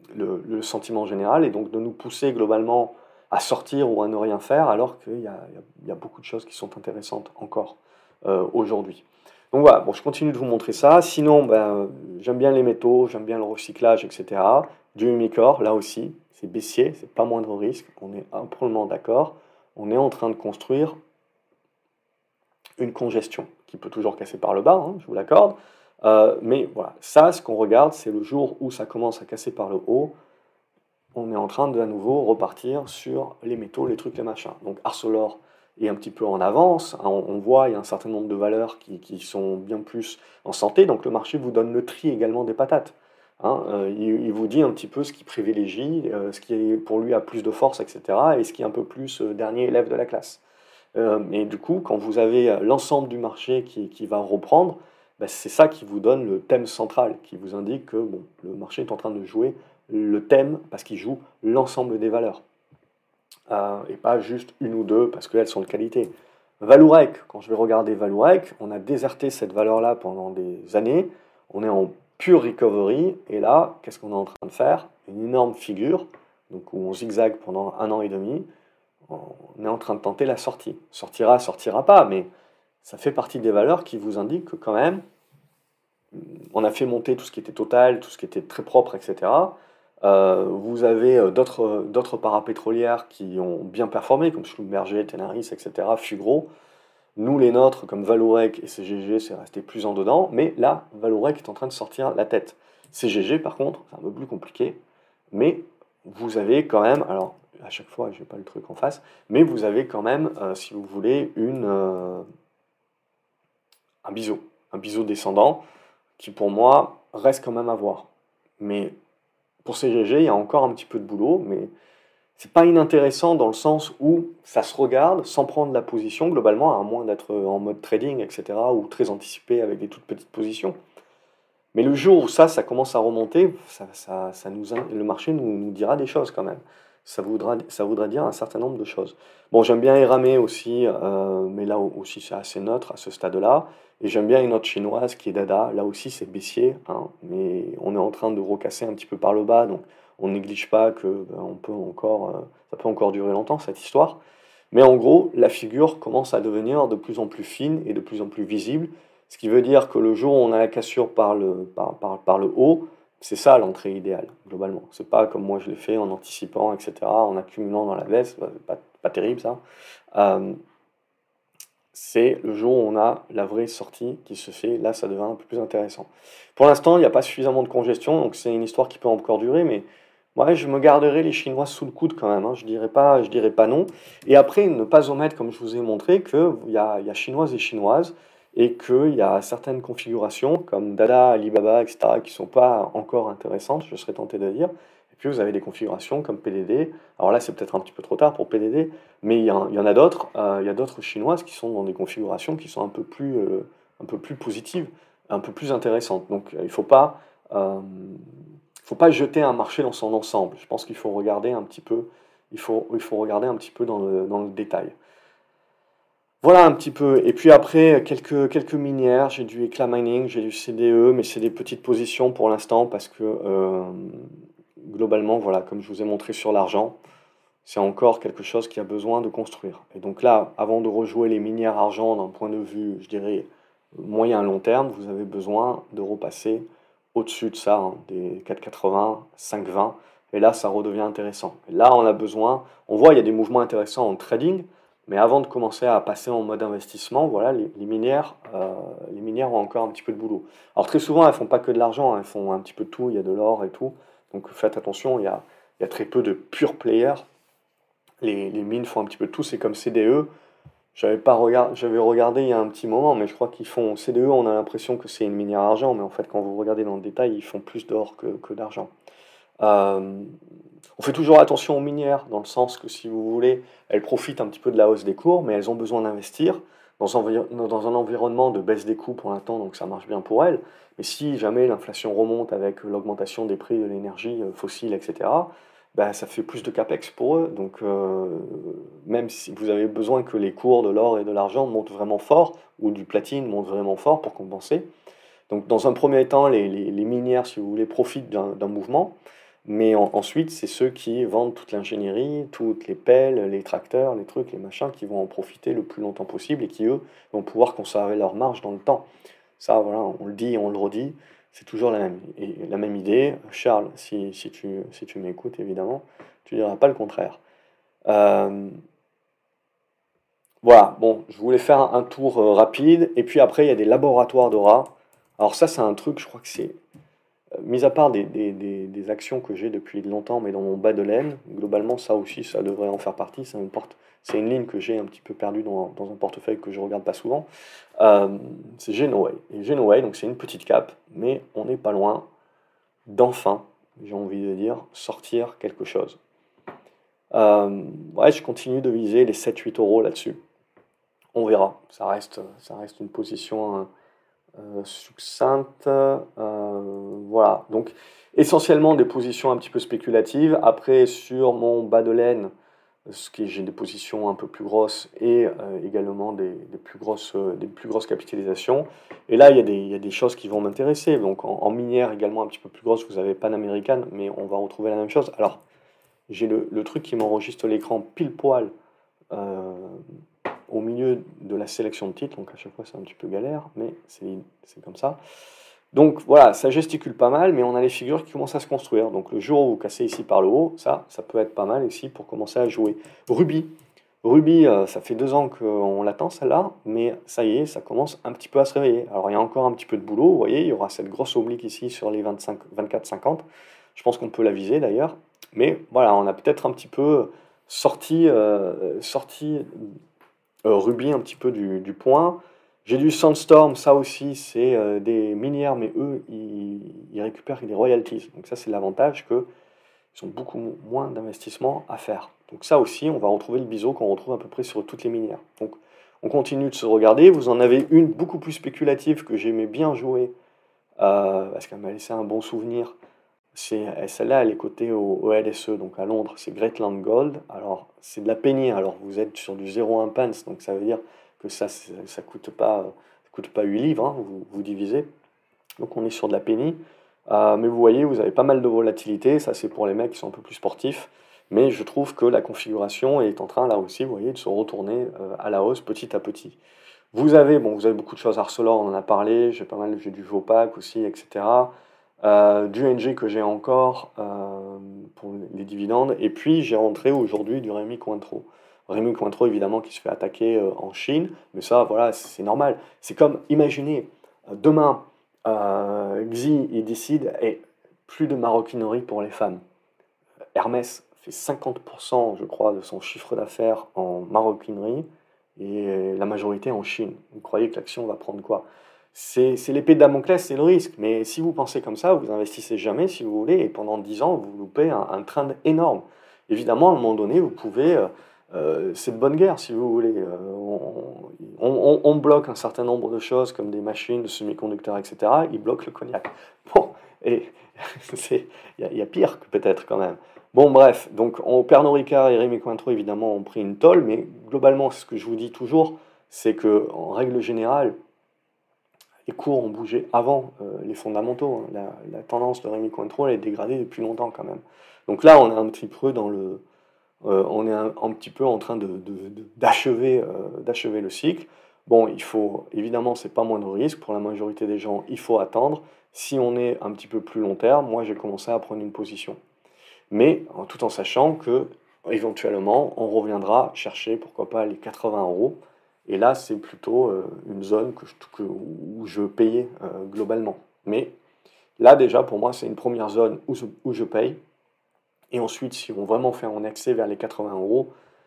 S1: le sentiment général et donc de nous pousser globalement à sortir ou à ne rien faire alors qu'il y a beaucoup de choses qui sont intéressantes encore aujourd'hui. Donc voilà, bon, je continue de vous montrer ça. Sinon, ben, j'aime bien les métaux, j'aime bien le recyclage, etc. Du Umicore, là aussi, c'est baissier, c'est pas moindre risque, on est amplement d'accord. On est en train de construire une congestion qui peut toujours casser par le bas, hein, je vous l'accorde. Mais voilà, ça, ce qu'on regarde, c'est le jour où ça commence à casser par le haut, on est en train de à nouveau repartir sur les métaux, les trucs, les machins. Donc Arcelor est un petit peu en avance, hein, on voit, il y a un certain nombre de valeurs qui sont bien plus en santé, donc le marché vous donne le tri également des patates. Hein, il vous dit un petit peu ce qui privilégie, ce qui pour lui a plus de force, etc., et ce qui est un peu plus dernier élève de la classe. Et du coup, quand vous avez l'ensemble du marché qui va reprendre, bah, c'est ça qui vous donne le thème central, qui vous indique que bon, le marché est en train de jouer le thème parce qu'il joue l'ensemble des valeurs. Et pas juste une ou deux parce qu'elles sont de qualité. Valourec, quand je vais regarder Valourec, on a déserté cette valeur-là pendant des années, on est en pure recovery, et là, qu'est-ce qu'on est en train de faire? Une énorme figure, donc où on zigzague pendant 1 an et demi, on est en train de tenter la sortie. Sortira, sortira pas, mais ça fait partie des valeurs qui vous indiquent que quand même, on a fait monter tout ce qui était total, tout ce qui était très propre, etc. Vous avez d'autres parapétrolières qui ont bien performé, comme Schlumberger, Tenaris, etc., Fugro. Nous, les nôtres, comme Vallourec et CGG, c'est resté plus en dedans, mais là, Vallourec est en train de sortir la tête. CGG, par contre, c'est un peu plus compliqué, mais vous avez quand même, alors à chaque fois, je n'ai pas le truc en face, mais vous avez quand même, si vous voulez, un biseau descendant, qui pour moi reste quand même à voir. Mais pour CGG, il y a encore un petit peu de boulot, mais c'est pas inintéressant dans le sens où ça se regarde sans prendre la position globalement, à moins d'être en mode trading, etc., ou très anticipé avec des toutes petites positions. Mais le jour où ça commence à remonter, le marché nous dira des choses quand même. Ça voudra dire un certain nombre de choses. Bon, j'aime bien Eramé aussi, mais là aussi c'est assez neutre à ce stade-là. Et j'aime bien une autre chinoise qui est Dada. Là aussi c'est baissier, hein, mais on est en train de recasser un petit peu par le bas, donc on ne néglige pas que ça peut encore durer longtemps cette histoire. Mais en gros, la figure commence à devenir de plus en plus fine et de plus en plus visible, ce qui veut dire que le jour où on a la cassure par le haut, c'est ça l'entrée idéale, globalement. C'est pas comme moi je l'ai fait en anticipant, etc., en accumulant dans la baisse, pas terrible ça. Euh, c'est le jour où on a la vraie sortie qui se fait, là ça devient un peu plus intéressant. Pour l'instant, il n'y a pas suffisamment de congestion, donc c'est une histoire qui peut encore durer, mais moi je me garderai les Chinois sous le coude quand même, hein, je dirais pas non. Et après, ne pas omettre, comme je vous ai montré, qu'il y a chinoises et chinoises, et qu'il y a certaines configurations, comme Dada, Alibaba, etc., qui ne sont pas encore intéressantes, je serais tenté de dire. Et puis vous avez des configurations comme PDD. Alors là, c'est peut-être un petit peu trop tard pour PDD, mais il y en a d'autres. Il y a d'autres chinoises qui sont dans des configurations qui sont un peu plus positives, un peu plus intéressantes. Donc il ne faut pas jeter un marché dans son ensemble. Je pense qu'il faut regarder un petit peu, il faut regarder un petit peu dans le détail. Voilà un petit peu. Et puis après, quelques minières. J'ai du Eclat Mining, j'ai du CDE, mais c'est des petites positions pour l'instant parce que globalement, voilà, comme je vous ai montré sur l'argent, c'est encore quelque chose qui a besoin de construire. Et donc là, avant de rejouer les minières argent d'un point de vue, je dirais, moyen long terme, vous avez besoin de repasser au-dessus de ça, hein, des 4,80, 5,20. Et là, ça redevient intéressant. Et là, on a besoin, on voit, il y a des mouvements intéressants en trading, mais avant de commencer à passer en mode investissement, voilà, les minières ont encore un petit peu de boulot. Alors très souvent, elles font pas que de l'argent, hein, elles font un petit peu de tout, il y a de l'or et tout. Donc faites attention, il y a très peu de pure players. Les mines font un petit peu de tout, c'est comme CDE. J'avais regardé il y a un petit moment, mais je crois qu'ils font CDE, on a l'impression que c'est une minière argent, mais en fait, quand vous regardez dans le détail, ils font plus d'or que d'argent. Euh, on fait toujours attention aux minières, dans le sens que si vous voulez, elles profitent un petit peu de la hausse des cours, mais elles ont besoin d'investir dans un environnement de baisse des coûts pour l'instant, donc ça marche bien pour elles. Mais si jamais l'inflation remonte avec l'augmentation des prix de l'énergie fossile, etc., ben, ça fait plus de capex pour eux. Donc même si vous avez besoin que les cours de l'or et de l'argent montent vraiment fort, ou du platine montent vraiment fort pour compenser. Donc dans un premier temps, les minières, si vous voulez, profitent d'un mouvement. Mais ensuite, c'est ceux qui vendent toute l'ingénierie, toutes les pelles, les tracteurs, les trucs, les machins, qui vont en profiter le plus longtemps possible et qui, eux, vont pouvoir conserver leur marge dans le temps. Ça, voilà, on le dit et on le redit, c'est toujours la même idée. Charles, si tu m'écoutes, évidemment, tu diras pas le contraire. Euh, voilà, bon, je voulais faire un tour rapide. Et puis après, il y a des laboratoires de rats. Alors ça, c'est un truc, je crois que c'est mis à part des actions que j'ai depuis longtemps, mais dans mon bas de laine, globalement, ça aussi, ça devrait en faire partie. C'est une ligne que j'ai un petit peu perdue dans un portefeuille que je regarde pas souvent. C'est Genoway. Et Genoway, donc c'est une petite cape, mais on n'est pas loin d'enfin, j'ai envie de dire, sortir quelque chose. Ouais, je continue de viser les 7-8 € là-dessus. On verra. Ça reste une position succincte. Voilà. Donc, essentiellement des positions un petit peu spéculatives. Après, sur mon bas de laine, j'ai des positions un peu plus grosses et également des plus grosses capitalisations. Et là, il y a des choses qui vont m'intéresser. Donc, en minière également un petit peu plus grosse, vous avez Pan American, mais on va retrouver la même chose. Alors, j'ai le truc qui m'enregistre l'écran pile poil euh, au milieu de la sélection de titres, donc à chaque fois c'est un petit peu galère, mais c'est comme ça. Donc voilà, ça gesticule pas mal, mais on a les figures qui commencent à se construire. Donc le jour où vous cassez ici par le haut, ça peut être pas mal ici pour commencer à jouer. Ruby, Ruby, ça fait 2 ans qu'on l'attend celle-là, mais ça y est, ça commence un petit peu à se réveiller. Alors il y a encore un petit peu de boulot, vous voyez, il y aura cette grosse oblique ici sur les 24-50. Je pense qu'on peut la viser d'ailleurs. Mais voilà, on a peut-être un petit peu sorti Ruby un petit peu du point. J'ai du Sandstorm, ça aussi, c'est des minières, mais eux, ils récupèrent des royalties. Donc ça, c'est l'avantage qu'ils ont beaucoup moins d'investissement à faire. Donc ça aussi, on va retrouver le biseau qu'on retrouve à peu près sur toutes les minières. Donc on continue de se regarder. Vous en avez une beaucoup plus spéculative que j'aimais bien jouer, parce qu'elle m'a laissé un bon souvenir. Celle-là, elle est cotée au LSE, donc à Londres, c'est Greatland Gold. Alors, c'est de la penny, alors vous êtes sur du 0,1 pence, donc ça veut dire que ça coûte pas 8 livres, hein, vous divisez. Donc on est sur de la penny. Mais vous voyez, vous avez pas mal de volatilité, ça c'est pour les mecs qui sont un peu plus sportifs. Mais je trouve que la configuration est en train, là aussi, vous voyez, de se retourner à la hausse petit à petit. Vous avez beaucoup de choses. Arcelor, on en a parlé, j'ai du Vopak aussi, etc. Du NG que j'ai encore pour les dividendes. Et puis j'ai rentré aujourd'hui du Rémi Cointreau. Rémi Cointreau, évidemment, qui se fait attaquer en Chine. Mais ça, voilà, c'est normal. C'est comme, imaginez, demain, Xi, il décide, et plus de maroquinerie pour les femmes. Hermès fait 50%, je crois, de son chiffre d'affaires en maroquinerie et la majorité en Chine. Vous croyez que l'action va prendre quoi? C'est l'épée de Damoclès, c'est le risque. Mais si vous pensez comme ça, vous investissez jamais, si vous voulez, et pendant 10 ans, vous loupez un train énorme. Évidemment, à un moment donné, vous pouvez. C'est de bonne guerre, si vous voulez. On bloque un certain nombre de choses, comme des machines, des semi-conducteurs, etc. Ils bloquent le cognac. Bon, et il y a pire que peut-être quand même. Bon, bref, donc Pernod Ricard et Rémi Cointreau, évidemment, ont pris une tôle, mais globalement, ce que je vous dis toujours, c'est que en règle générale, les cours ont bougé avant les fondamentaux, hein. La tendance de Rémi Cointreau, elle est dégradée depuis longtemps quand même. Donc là, on est un petit peu on est un petit peu en train d'achever le cycle. Bon, évidemment, c'est pas moins de risque. Pour la majorité des gens, il faut attendre. Si on est un petit peu plus long terme, moi, j'ai commencé à prendre une position. Mais tout en sachant que éventuellement on reviendra chercher pourquoi pas les 80 €. Et là, c'est plutôt une zone où je payais globalement. Mais là, déjà, pour moi, c'est une première zone où je paye. Et ensuite, si on vraiment fait un accès vers les 80 €,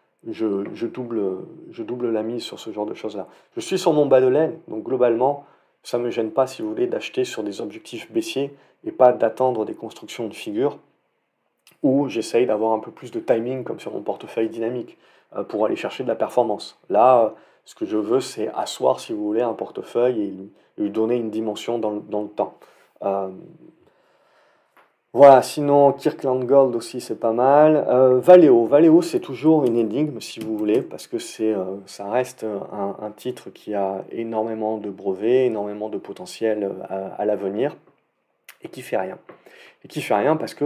S1: je double la mise sur ce genre de choses-là. Je suis sur mon bas de laine, donc globalement, ça ne me gêne pas, si vous voulez, d'acheter sur des objectifs baissiers et pas d'attendre des constructions de figures où j'essaye d'avoir un peu plus de timing comme sur mon portefeuille dynamique pour aller chercher de la performance. Là, ce que je veux, c'est asseoir, si vous voulez, un portefeuille et lui donner une dimension dans le temps. Euh, voilà, sinon Kirkland Gold aussi c'est pas mal. Valeo, Valeo c'est toujours une énigme si vous voulez, parce que ça reste un titre qui a énormément de brevets, énormément de potentiel à l'avenir. et qui fait rien. Et qui fait rien parce que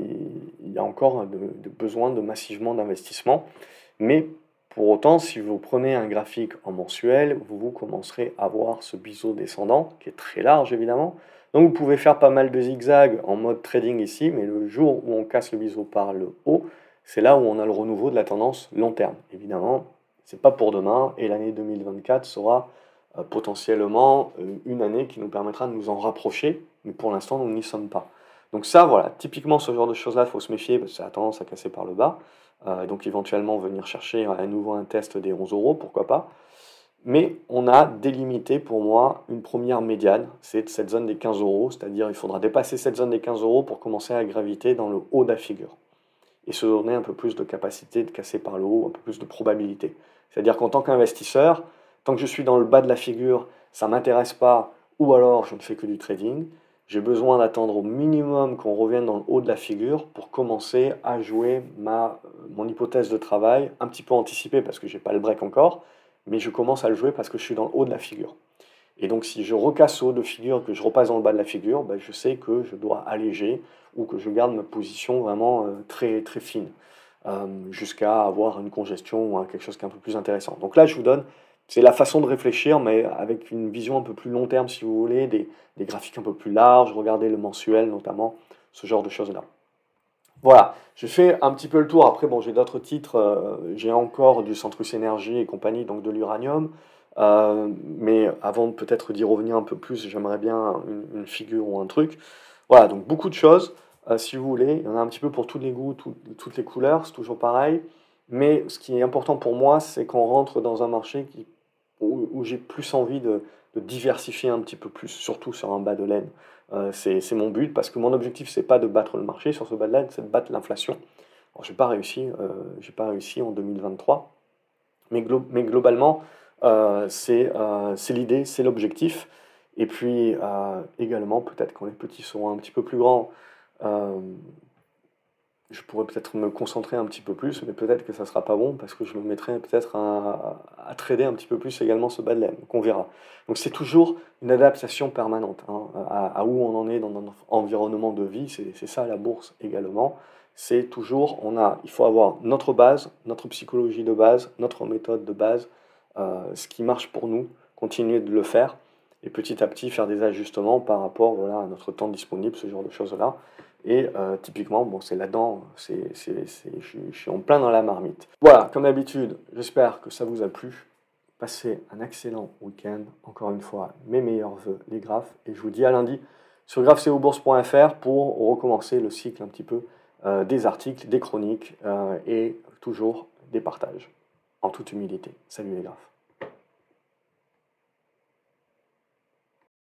S1: il y a encore besoin de massivement d'investissement. Mais pour autant, si vous prenez un graphique en mensuel, vous commencerez à voir ce biseau descendant, qui est très large évidemment. Donc vous pouvez faire pas mal de zigzags en mode trading ici, mais le jour où on casse le biseau par le haut, c'est là où on a le renouveau de la tendance long terme. Évidemment, c'est pas pour demain, et l'année 2024 sera potentiellement une année qui nous permettra de nous en rapprocher, mais pour l'instant, nous n'y sommes pas. Donc ça, voilà, typiquement ce genre de choses-là, il faut se méfier, parce que ça a tendance à casser par le bas. Donc éventuellement venir chercher à nouveau un test des 11 euros, pourquoi pas. Mais on a délimité pour moi une première médiane, c'est cette zone des 15 euros, c'est-à-dire il faudra dépasser cette zone des 15 euros pour commencer à graviter dans le haut de la figure et se donner un peu plus de capacité de casser par le haut, un peu plus de probabilité. C'est-à-dire qu'en tant qu'investisseur, tant que je suis dans le bas de la figure, ça ne m'intéresse pas, ou alors je ne fais que du trading, j'ai besoin d'attendre au minimum qu'on revienne dans le haut de la figure pour commencer à jouer mon hypothèse de travail, un petit peu anticipée parce que je n'ai pas le break encore, mais je commence à le jouer parce que je suis dans le haut de la figure. Et donc si je recasse au haut de figure, que je repasse dans le bas de la figure, je sais que je dois alléger ou que je garde ma position vraiment très, très fine, jusqu'à avoir une congestion ou quelque chose qui est un peu plus intéressant. Donc là, je vous donne, c'est la façon de réfléchir, mais avec une vision un peu plus long terme, si vous voulez, des graphiques un peu plus larges, regardez le mensuel notamment, ce genre de choses-là. Voilà, j'ai fait un petit peu le tour. Après, bon, j'ai d'autres titres. J'ai encore du Centrus Énergie et compagnie, donc de l'uranium. Mais avant peut-être d'y revenir un peu plus, j'aimerais bien une figure ou un truc. Voilà, donc beaucoup de choses, si vous voulez. Il y en a un petit peu pour tous les goûts, toutes les couleurs, c'est toujours pareil. Mais ce qui est important pour moi, c'est qu'on rentre dans un marché où j'ai plus envie de diversifier un petit peu plus, surtout sur un bas de laine. C'est mon but, parce que mon objectif, c'est pas de battre le marché sur ce bas de laine, c'est de battre l'inflation. Alors, j'ai pas réussi en 2023, mais globalement, c'est l'idée, c'est l'objectif. Et puis également, peut-être quand les petits seront un petit peu plus grands, euh, je pourrais peut-être me concentrer un petit peu plus, mais peut-être que ça sera pas bon parce que je me mettrai peut-être à trader un petit peu plus également ce bas de laine. Donc on verra. Donc c'est toujours une adaptation permanente hein, à où on en est dans notre environnement de vie. C'est ça la bourse également. C'est toujours, il faut avoir notre base, notre psychologie de base, notre méthode de base, ce qui marche pour nous, continuer de le faire et petit à petit faire des ajustements par rapport voilà, à notre temps disponible, ce genre de choses-là. Et typiquement, bon, c'est là-dedans, je suis en plein dans la marmite. Voilà, comme d'habitude, j'espère que ça vous a plu. Passez un excellent week-end. Encore une fois, mes meilleurs voeux, les graphes. Et je vous dis à lundi sur graphcobourse.fr pour recommencer le cycle un petit peu des articles, des chroniques et toujours des partages. En toute humilité. Salut les graphes.